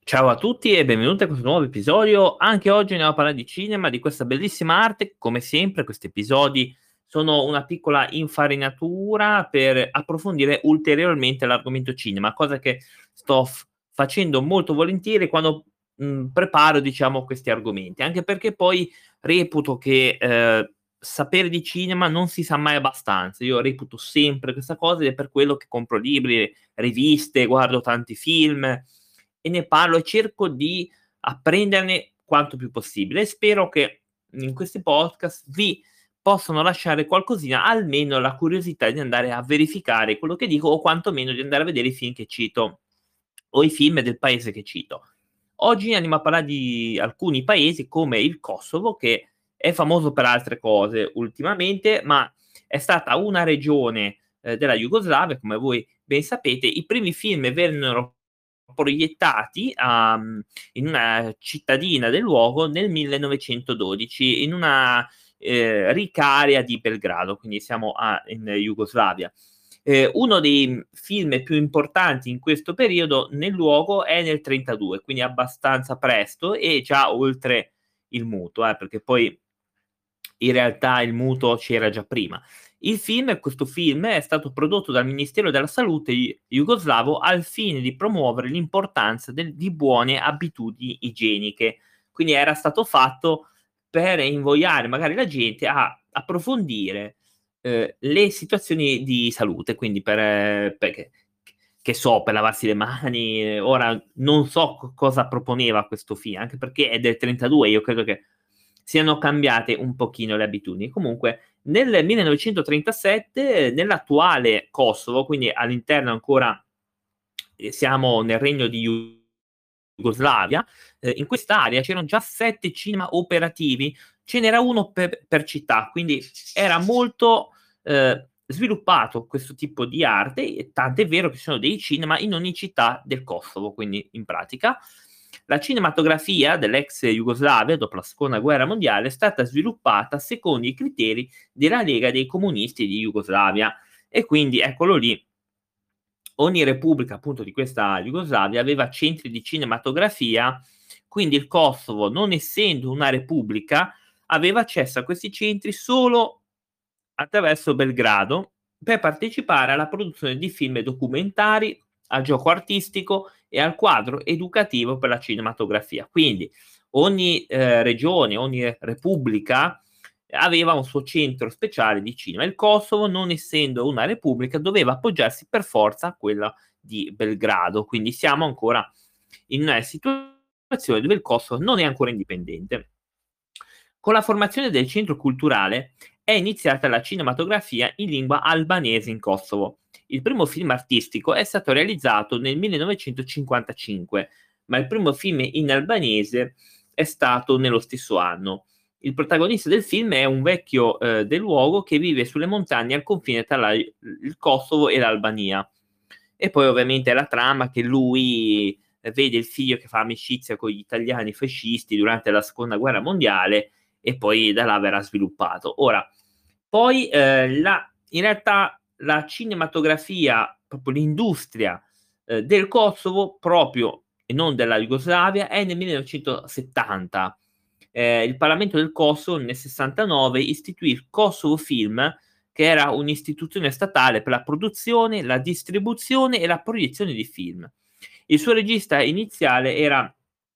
Ciao a tutti e benvenuti a questo nuovo episodio. Anche oggi andiamo a parlare di cinema, di questa bellissima arte. Come sempre, questi episodi sono una piccola infarinatura per approfondire ulteriormente l'argomento cinema, cosa che sto facendo molto volentieri quando preparo, diciamo, questi argomenti. Anche perché poi reputo che sapere di cinema non si sa mai abbastanza. Io reputo sempre questa cosa ed è per quello che compro libri, riviste, guardo tanti film e ne parlo e cerco di apprenderne quanto più possibile e spero che in questi podcast vi possano lasciare qualcosina, almeno la curiosità di andare a verificare quello che dico o quantomeno di andare a vedere i film che cito o i film del paese che cito. Oggi andiamo a parlare di alcuni paesi come il Kosovo, che è famoso per altre cose ultimamente, ma è stata una regione, della Jugoslavia, come voi ben sapete. I primi film vennero proiettati in una cittadina del luogo nel 1912, in una, ricca area di Belgrado, quindi siamo in Jugoslavia. Uno dei film più importanti in questo periodo nel luogo è nel '32, quindi abbastanza presto e già oltre il muto, perché poi in realtà il mutuo c'era già prima. Questo film è stato prodotto dal Ministero della Salute jugoslavo al fine di promuovere l'importanza di buone abitudini igieniche. Quindi era stato fatto per invogliare magari la gente a approfondire, le situazioni di salute, quindi perché che so, per lavarsi le mani, ora non so cosa proponeva questo film, anche perché è del '32, io credo che siano cambiate un pochino le abitudini. Comunque nel 1937 nell'attuale Kosovo, quindi all'interno ancora siamo nel regno di Jugoslavia, in quest'area c'erano già 7 cinema operativi, ce n'era 1 per città, quindi era molto, sviluppato questo tipo di arte, e tant'è vero che ci sono dei cinema in ogni città del Kosovo, quindi in pratica la cinematografia dell'ex Jugoslavia dopo la seconda guerra mondiale è stata sviluppata secondo i criteri della Lega dei comunisti di Jugoslavia e quindi eccolo lì, ogni repubblica appunto di questa Jugoslavia aveva centri di cinematografia, quindi il Kosovo, non essendo una repubblica, aveva accesso a questi centri solo attraverso Belgrado per partecipare alla produzione di film documentari, al gioco artistico e al quadro educativo per la cinematografia. Quindi ogni regione, ogni repubblica aveva un suo centro speciale di cinema. Il Kosovo, non essendo una repubblica, doveva appoggiarsi per forza a quella di Belgrado. Quindi siamo ancora in una situazione dove il Kosovo non è ancora indipendente. Con la formazione del centro culturale è iniziata la cinematografia in lingua albanese in Kosovo. Il primo film artistico è stato realizzato nel 1955, ma il primo film in albanese è stato nello stesso anno. Il protagonista del film è un vecchio del luogo che vive sulle montagne al confine tra il Kosovo e l'Albania. E poi ovviamente la trama che lui vede il figlio che fa amicizia con gli italiani fascisti durante la seconda guerra mondiale e poi da là verrà sviluppato. Ora, poi in realtà la cinematografia, proprio l'industria del Kosovo, proprio e non della Jugoslavia, è nel 1970. Il Parlamento del Kosovo nel 69 istituì il Kosovo Film, che era un'istituzione statale per la produzione, la distribuzione e la proiezione di film. Il suo regista iniziale era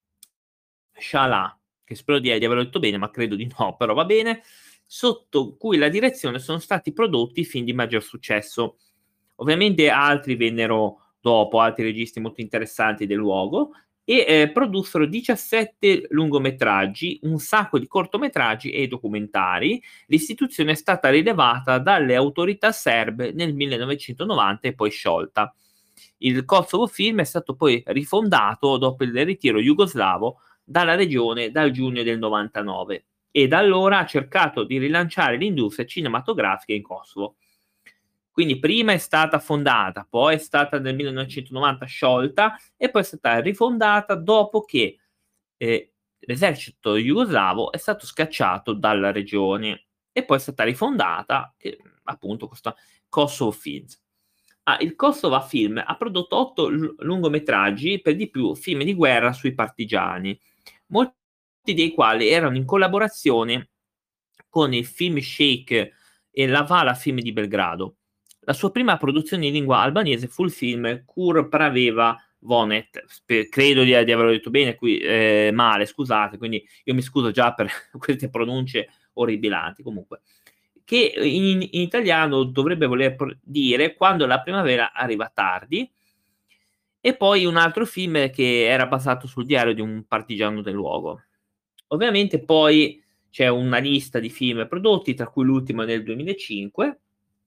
Shala, che spero di averlo detto bene, ma credo di no, però va bene, sotto cui la direzione sono stati prodotti film di maggior successo. Ovviamente altri vennero dopo, altri registi molto interessanti del luogo, e produssero 17 lungometraggi, un sacco di cortometraggi e documentari. L'istituzione è stata rilevata dalle autorità serbe nel 1990 e poi sciolta. Il Kosovo Film è stato poi rifondato dopo il ritiro jugoslavo dalla regione dal giugno del '99 e da allora ha cercato di rilanciare l'industria cinematografica in Kosovo. Quindi prima è stata fondata, poi è stata nel 1990 sciolta e poi è stata rifondata dopo che l'esercito jugoslavo è stato scacciato dalla regione e poi è stata rifondata, appunto questa Kosovo Films. Il Kosova Film ha prodotto 8 lungometraggi, per di più film di guerra sui partigiani, molti dei quali erano in collaborazione con il Film Shake e la Vala Film di Belgrado. La sua prima produzione in lingua albanese fu il film Kur Praveva Vonet, credo di averlo detto bene, male, scusate, quindi io mi scuso già per queste pronunce orribilanti, comunque, che in italiano dovrebbe voler dire Quando la primavera arriva tardi, e poi un altro film che era basato sul diario di un partigiano del luogo. Ovviamente poi c'è una lista di film prodotti, tra cui l'ultimo nel 2005,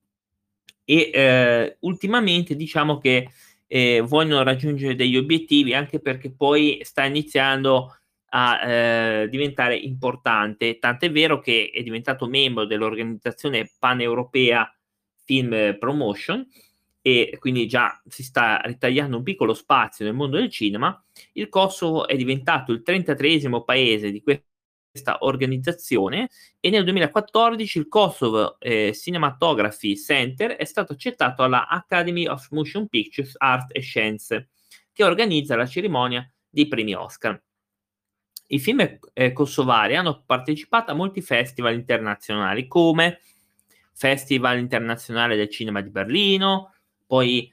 e ultimamente diciamo che vogliono raggiungere degli obiettivi, anche perché poi sta iniziando a diventare importante, tant'è vero che è diventato membro dell'organizzazione paneuropea Film Promotion, e quindi già si sta ritagliando un piccolo spazio nel mondo del cinema. Il Kosovo è diventato il 33esimo paese di questa organizzazione, e nel 2014 il Kosovo Cinematography Center è stato accettato alla Academy of Motion Pictures, Art e Scienze, che organizza la cerimonia dei premi Oscar. I film kosovari hanno partecipato a molti festival internazionali, come Festival Internazionale del Cinema di Berlino, poi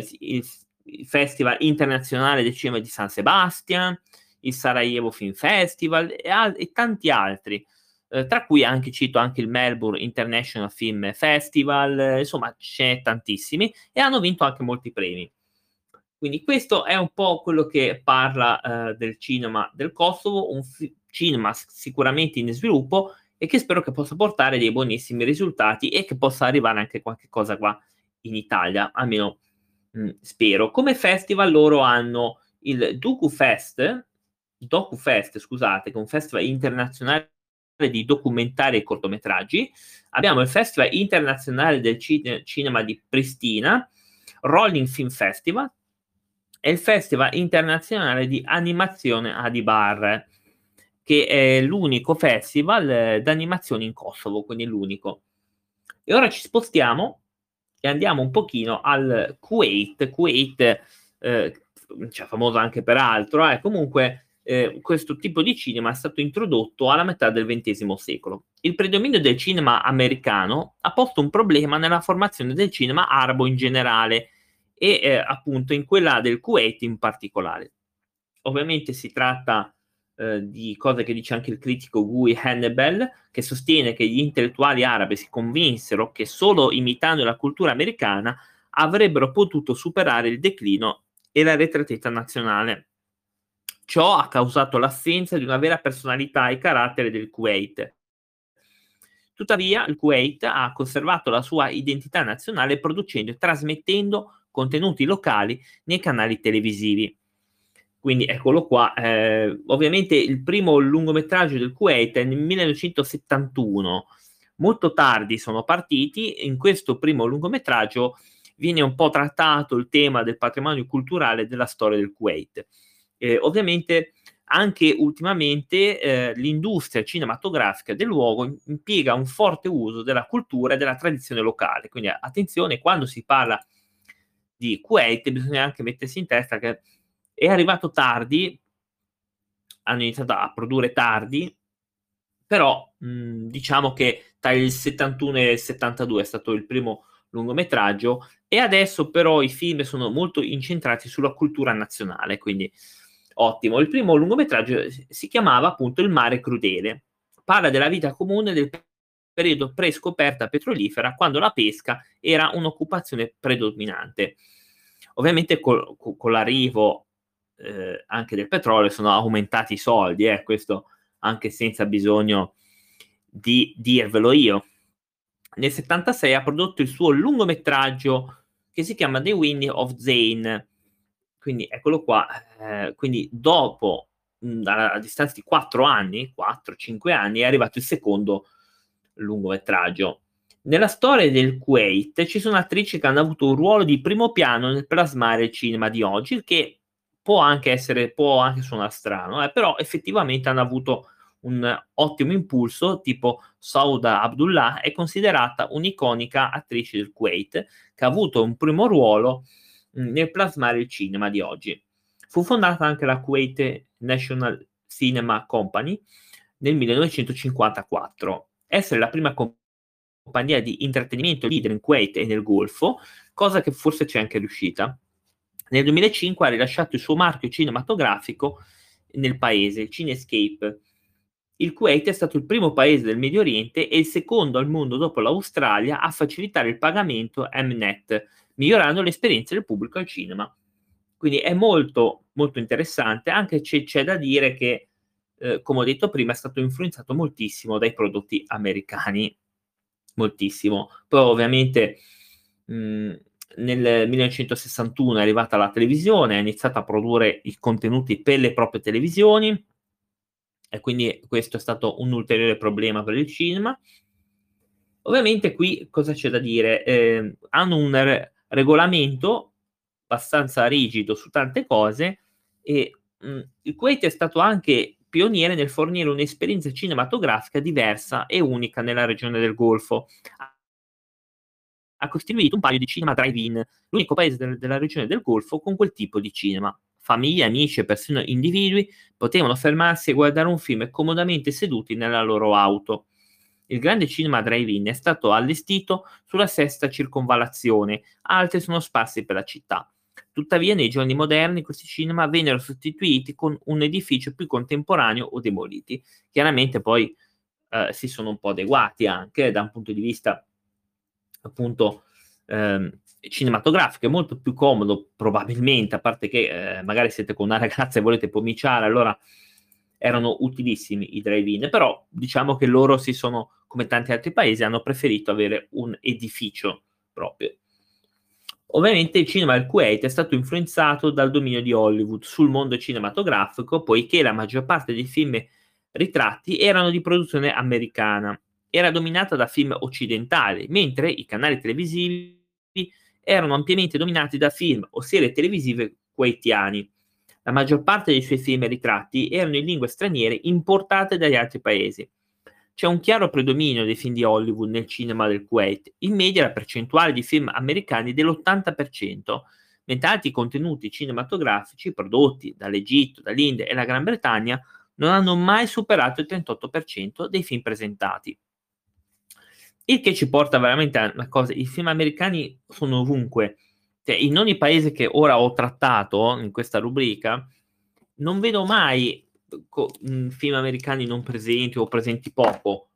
il Festival Internazionale del Cinema di San Sebastian, il Sarajevo Film Festival e tanti altri, tra cui anche cito anche il Melbourne International Film Festival, insomma ce n'è tantissimi, e hanno vinto anche molti premi. Quindi questo è un po' quello che parla del cinema del Kosovo, un cinema sicuramente in sviluppo, e che spero che possa portare dei buonissimi risultati e che possa arrivare anche qualche cosa qua in Italia, almeno spero. Come festival loro hanno il DocuFest, scusate, che è un festival internazionale di documentari e cortometraggi. Abbiamo il Festival Internazionale del Cinema di Pristina, Rolling Film Festival, e il Festival Internazionale di Animazione Adibar, che è l'unico festival d'animazione in Kosovo, quindi l'unico. E ora ci spostiamo e andiamo un pochino al Kuwait. Kuwait, cioè famoso anche per altro, comunque questo tipo di cinema è stato introdotto alla metà del XX secolo. Il predominio del cinema americano ha posto un problema nella formazione del cinema arabo in generale, e appunto in quella del Kuwait in particolare. Ovviamente si tratta di cose che dice anche il critico Guy Hannibal, che sostiene che gli intellettuali arabi si convinsero che solo imitando la cultura americana avrebbero potuto superare il declino e l'arretratezza nazionale. Ciò ha causato l'assenza di una vera personalità e carattere del Kuwait. Tuttavia, il Kuwait ha conservato la sua identità nazionale producendo e trasmettendo contenuti locali nei canali televisivi. Quindi eccolo qua. Ovviamente il primo lungometraggio del Kuwait è nel 1971. Molto tardi sono partiti. In questo primo lungometraggio viene un po' trattato il tema del patrimonio culturale e della storia del Kuwait. Ovviamente anche ultimamente l'industria cinematografica del luogo impiega un forte uso della cultura e della tradizione locale. Quindi attenzione, quando si parla di Kuwait bisogna anche mettersi in testa che è arrivato tardi, hanno iniziato a produrre tardi, però diciamo che tra il 71 e il 72 è stato il primo lungometraggio, e adesso però i film sono molto incentrati sulla cultura nazionale, quindi ottimo. Il primo lungometraggio si chiamava appunto Il mare crudele. Parla della vita comune del periodo pre-scoperta petrolifera, quando la pesca era un'occupazione predominante. Ovviamente con l'arrivo anche del petrolio sono aumentati i soldi, questo anche senza bisogno di dirvelo io. Nel 76 ha prodotto il suo lungometraggio che si chiama The Winning of Zane. Quindi eccolo qua, quindi dopo, a distanza di 4-5 anni, è arrivato il secondo lungometraggio. Nella storia del Kuwait ci sono attrici che hanno avuto un ruolo di primo piano nel plasmare il cinema di oggi, che può anche suonare strano, però effettivamente hanno avuto un ottimo impulso, tipo Sauda Abdullah è considerata un'iconica attrice del Kuwait, che ha avuto un primo ruolo nel plasmare il cinema di oggi. Fu fondata anche la Kuwait National Cinema Company nel 1954. Essere la prima compagnia di intrattenimento leader in Kuwait e nel Golfo, cosa che forse c'è anche riuscita. Nel 2005 ha rilasciato il suo marchio cinematografico nel paese, il Cinescape. Il Kuwait è stato il primo paese del Medio Oriente e il secondo al mondo dopo l'Australia a facilitare il pagamento Mnet, migliorando l'esperienza del pubblico al cinema. Quindi è molto, molto interessante, anche se c'è da dire che, come ho detto prima, è stato influenzato moltissimo dai prodotti americani, moltissimo. Poi ovviamente nel 1961 è arrivata la televisione, ha iniziato a produrre i contenuti per le proprie televisioni e quindi questo è stato un ulteriore problema per il cinema. Ovviamente qui cosa c'è da dire? Hanno un regolamento abbastanza rigido su tante cose e, il Kuwait è stato anche pioniere nel fornire un'esperienza cinematografica diversa e unica nella regione del Golfo. Ha costituito un paio di cinema drive-in, l'unico paese della regione del Golfo con quel tipo di cinema. Famiglie, amici e persino individui potevano fermarsi e guardare un film comodamente seduti nella loro auto. Il grande cinema drive-in è stato allestito sulla sesta circonvallazione, altri sono sparsi per la città. Tuttavia, nei giorni moderni questi cinema vennero sostituiti con un edificio più contemporaneo o demoliti. Chiaramente poi si sono un po' adeguati anche da un punto di vista appunto cinematografico, è molto più comodo probabilmente, a parte che magari siete con una ragazza e volete pomiciare, allora erano utilissimi i drive-in, però diciamo che loro si sono, come tanti altri paesi, hanno preferito avere un edificio proprio. Ovviamente il cinema del Kuwait è stato influenzato dal dominio di Hollywood sul mondo cinematografico, poiché la maggior parte dei film ritratti erano di produzione americana. Era dominata da film occidentali, mentre i canali televisivi erano ampiamente dominati da film o serie televisive kuwaitiani. La maggior parte dei suoi film ritratti erano in lingue straniere importate dagli altri paesi. C'è un chiaro predominio dei film di Hollywood nel cinema del Kuwait, in media la percentuale di film americani è dell'80%, mentre altri contenuti cinematografici prodotti dall'Egitto, dall'India e dalla Gran Bretagna non hanno mai superato il 38% dei film presentati. Il che ci porta veramente a una cosa, i film americani sono ovunque. Cioè, in ogni paese che ora ho trattato in questa rubrica, non vedo mai film americani non presenti o presenti poco.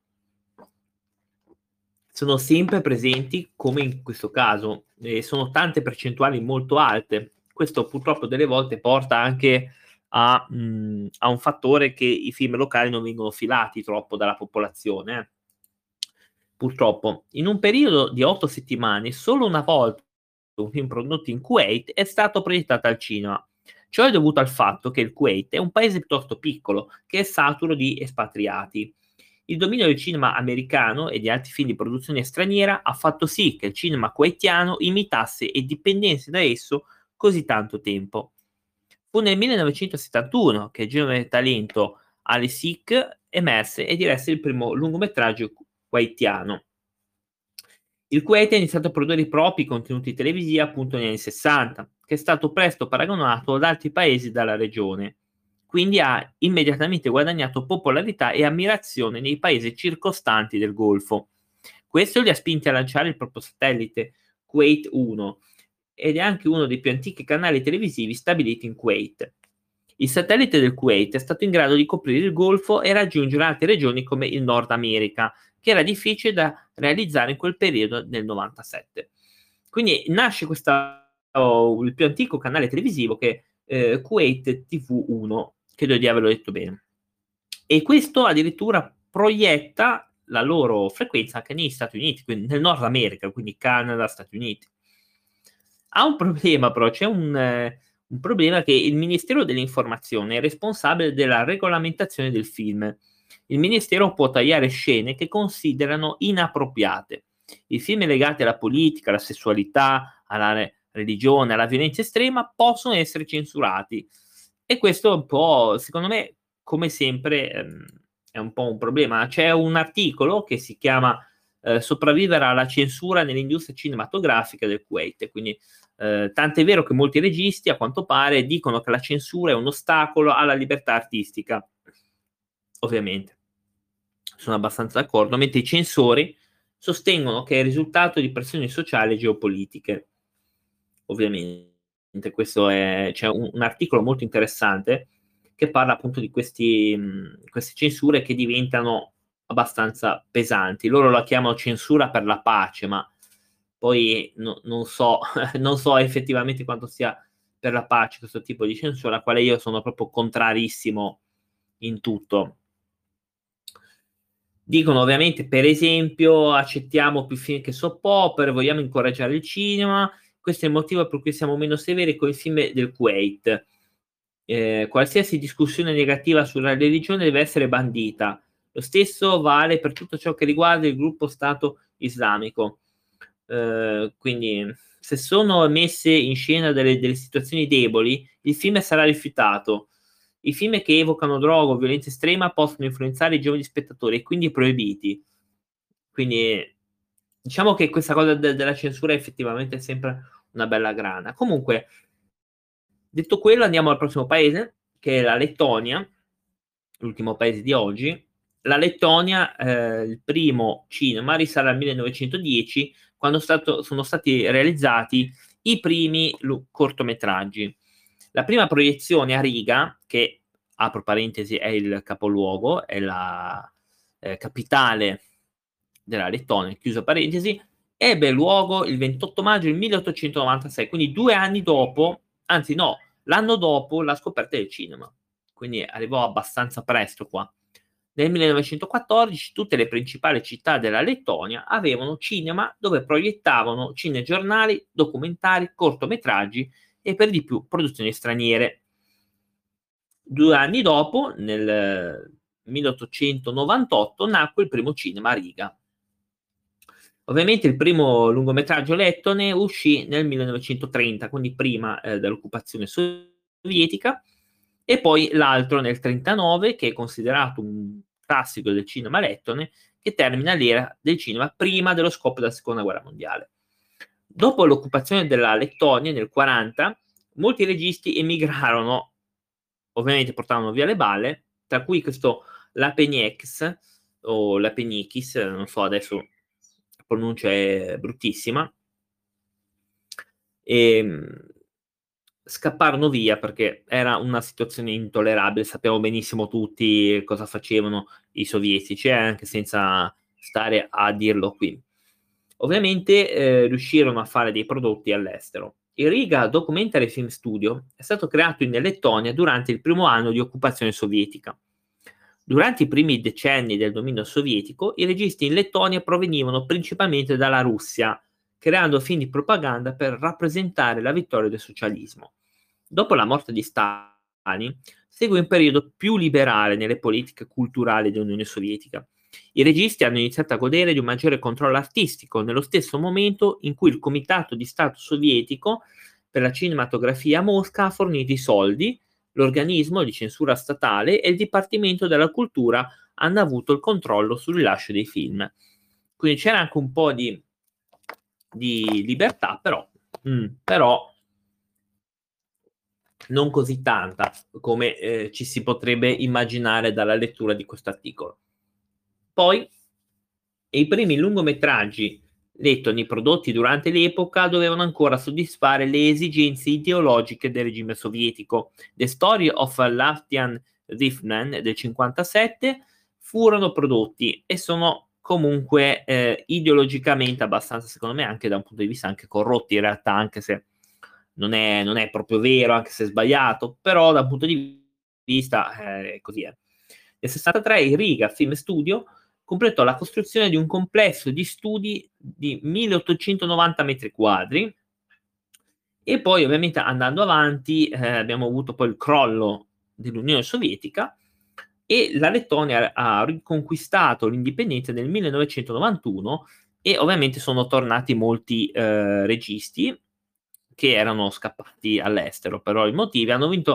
Sono sempre presenti, come in questo caso, e sono tante percentuali molto alte. Questo purtroppo delle volte porta anche a un fattore che i film locali non vengono filati troppo dalla popolazione, purtroppo. In un periodo di 8 settimane, solo una volta un film prodotto in Kuwait è stato proiettato al cinema. Ciò è dovuto al fatto che il Kuwait è un paese piuttosto piccolo, che è saturo di espatriati. Il dominio del cinema americano e di altri film di produzione straniera ha fatto sì che il cinema kuwaitiano imitasse e dipendesse da esso così tanto tempo. Fu nel 1971 che il giovane talento Ali Sikh emerse e diresse il primo lungometraggio kuwaitiano. Il Kuwait ha iniziato a produrre i propri contenuti televisivi appunto negli anni '60, che è stato presto paragonato ad altri paesi della regione. Quindi ha immediatamente guadagnato popolarità e ammirazione nei paesi circostanti del Golfo. Questo li ha spinti a lanciare il proprio satellite Kuwait 1 ed è anche uno dei più antichi canali televisivi stabiliti in Kuwait. Il satellite del Kuwait è stato in grado di coprire il Golfo e raggiungere altre regioni come il Nord America, che era difficile da realizzare in quel periodo nel '97. Quindi nasce il più antico canale televisivo che è Kuwait TV1, credo di averlo detto bene. E questo addirittura proietta la loro frequenza anche negli Stati Uniti, quindi nel Nord America, quindi Canada, Stati Uniti. Ha un problema però, c'è un problema che il Ministero dell'Informazione è responsabile della regolamentazione del film. Il Ministero può tagliare scene che considerano inappropriate. I film legati alla politica, alla sessualità, alla religione, alla violenza estrema possono essere censurati. E questo è un po', secondo me, come sempre, è un po' un problema. C'è un articolo che si chiama Sopravvivere alla censura nell'industria cinematografica del Kuwait, quindi tant'è vero che molti registi a quanto pare dicono che la censura è un ostacolo alla libertà artistica, ovviamente sono abbastanza d'accordo, mentre i censori sostengono che è il risultato di pressioni sociali e geopolitiche. Ovviamente, questo è, c'è un articolo molto interessante che parla appunto di queste censure che diventano abbastanza pesanti. Loro la chiamano censura per la pace, ma poi non so, non so effettivamente quanto sia per la pace questo tipo di censura, alla quale io sono proprio contrarissimo in tutto. Dicono ovviamente, per esempio, accettiamo più film che soap opere, vogliamo incoraggiare il cinema, questo è il motivo per cui siamo meno severi con i film del Kuwait. Qualsiasi discussione negativa sulla religione deve essere bandita. Lo stesso vale per tutto ciò che riguarda il gruppo Stato islamico. Quindi, se sono messe in scena delle situazioni deboli, il film sarà rifiutato. I film che evocano droga o violenza estrema possono influenzare i giovani spettatori e quindi proibiti. Quindi diciamo che questa cosa della censura è effettivamente sempre una bella grana. Comunque, detto quello, andiamo al prossimo paese, che è la Lettonia, l'ultimo paese di oggi. La Lettonia, il primo cinema risale al 1910, quando sono stati realizzati i primi cortometraggi. La prima proiezione a Riga, che apro parentesi è il capoluogo, è la capitale della Lettonia, chiusa parentesi, ebbe luogo il 28 maggio del 1896, quindi 2 anni dopo, anzi no, l'anno dopo la scoperta del cinema, quindi arrivò abbastanza presto qua. Nel 1914 tutte le principali città della Lettonia avevano cinema dove proiettavano cinegiornali, documentari, cortometraggi e per di più produzioni straniere. 2 anni dopo, nel 1898, nacque il primo cinema a Riga. Ovviamente il primo lungometraggio lettone uscì nel 1930, quindi prima dell'occupazione sovietica, e poi l'altro nel 1939, che è considerato un classico del cinema lettone, che termina l'era del cinema prima dello scoppio della seconda guerra mondiale. Dopo l'occupazione della Lettonia nel 1940, molti registi emigrarono, ovviamente portavano via le balle, tra cui questo Lapenieks o Lapenikis, non so adesso la pronuncia è bruttissima, e scapparono via perché era una situazione intollerabile. Sappiamo benissimo tutti cosa facevano i sovietici, anche senza stare a dirlo qui. Ovviamente riuscirono a fare dei prodotti all'estero. Il Riga Documentary Film Studio è stato creato in Lettonia durante il primo anno di occupazione sovietica. Durante i primi decenni del dominio sovietico, i registi in Lettonia provenivano principalmente dalla Russia, creando film di propaganda per rappresentare la vittoria del socialismo. Dopo la morte di Stalin, segue un periodo più liberale nelle politiche culturali dell'Unione Sovietica. I registi hanno iniziato a godere di un maggiore controllo artistico, nello stesso momento in cui il Comitato di Stato sovietico per la cinematografia a Mosca ha fornito i soldi, l'organismo di censura statale e il Dipartimento della Cultura hanno avuto il controllo sul rilascio dei film. Quindi c'era anche un po' di libertà, però non così tanta come ci si potrebbe immaginare dalla lettura di questo articolo. Poi i primi lungometraggi lettoni prodotti durante l'epoca dovevano ancora soddisfare le esigenze ideologiche del regime sovietico. The Story of Laftian Rifman del 1957 furono prodotti e sono comunque ideologicamente abbastanza, secondo me, anche da un punto di vista anche corrotti in realtà, anche se non è proprio vero, anche se è sbagliato, però da un punto di vista così è. Nel 63 il Riga Film Studio completò la costruzione di un complesso di studi di 1890 metri quadri e poi ovviamente andando avanti abbiamo avuto poi il crollo dell'Unione Sovietica e la Lettonia ha riconquistato l'indipendenza nel 1991 e ovviamente sono tornati molti registi che erano scappati all'estero per vari motivi, hanno vinto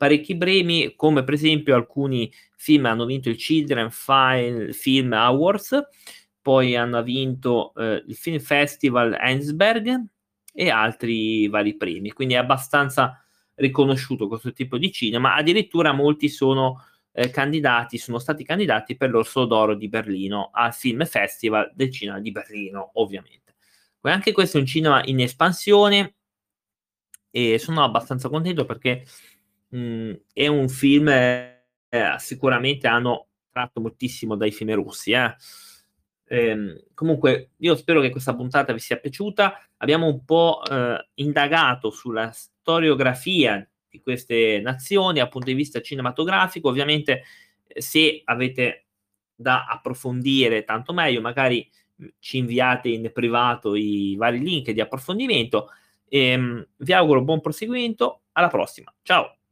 parecchi premi, come per esempio alcuni film hanno vinto il Children Film Awards, poi hanno vinto il Film Festival Heinsberg e altri vari premi, quindi è abbastanza riconosciuto questo tipo di cinema. Addirittura molti sono stati candidati per l'Orso d'Oro di Berlino al Film Festival del cinema di Berlino, ovviamente. Anche questo è un cinema in espansione e sono abbastanza contento perché è un film sicuramente hanno tratto moltissimo dai film russi, comunque io spero che questa puntata vi sia piaciuta. Abbiamo un po' indagato sulla storiografia di queste nazioni dal punto di vista cinematografico. Ovviamente, se avete da approfondire tanto meglio, magari ci inviate in privato i vari link di approfondimento. Vi auguro buon proseguimento, alla prossima. Ciao.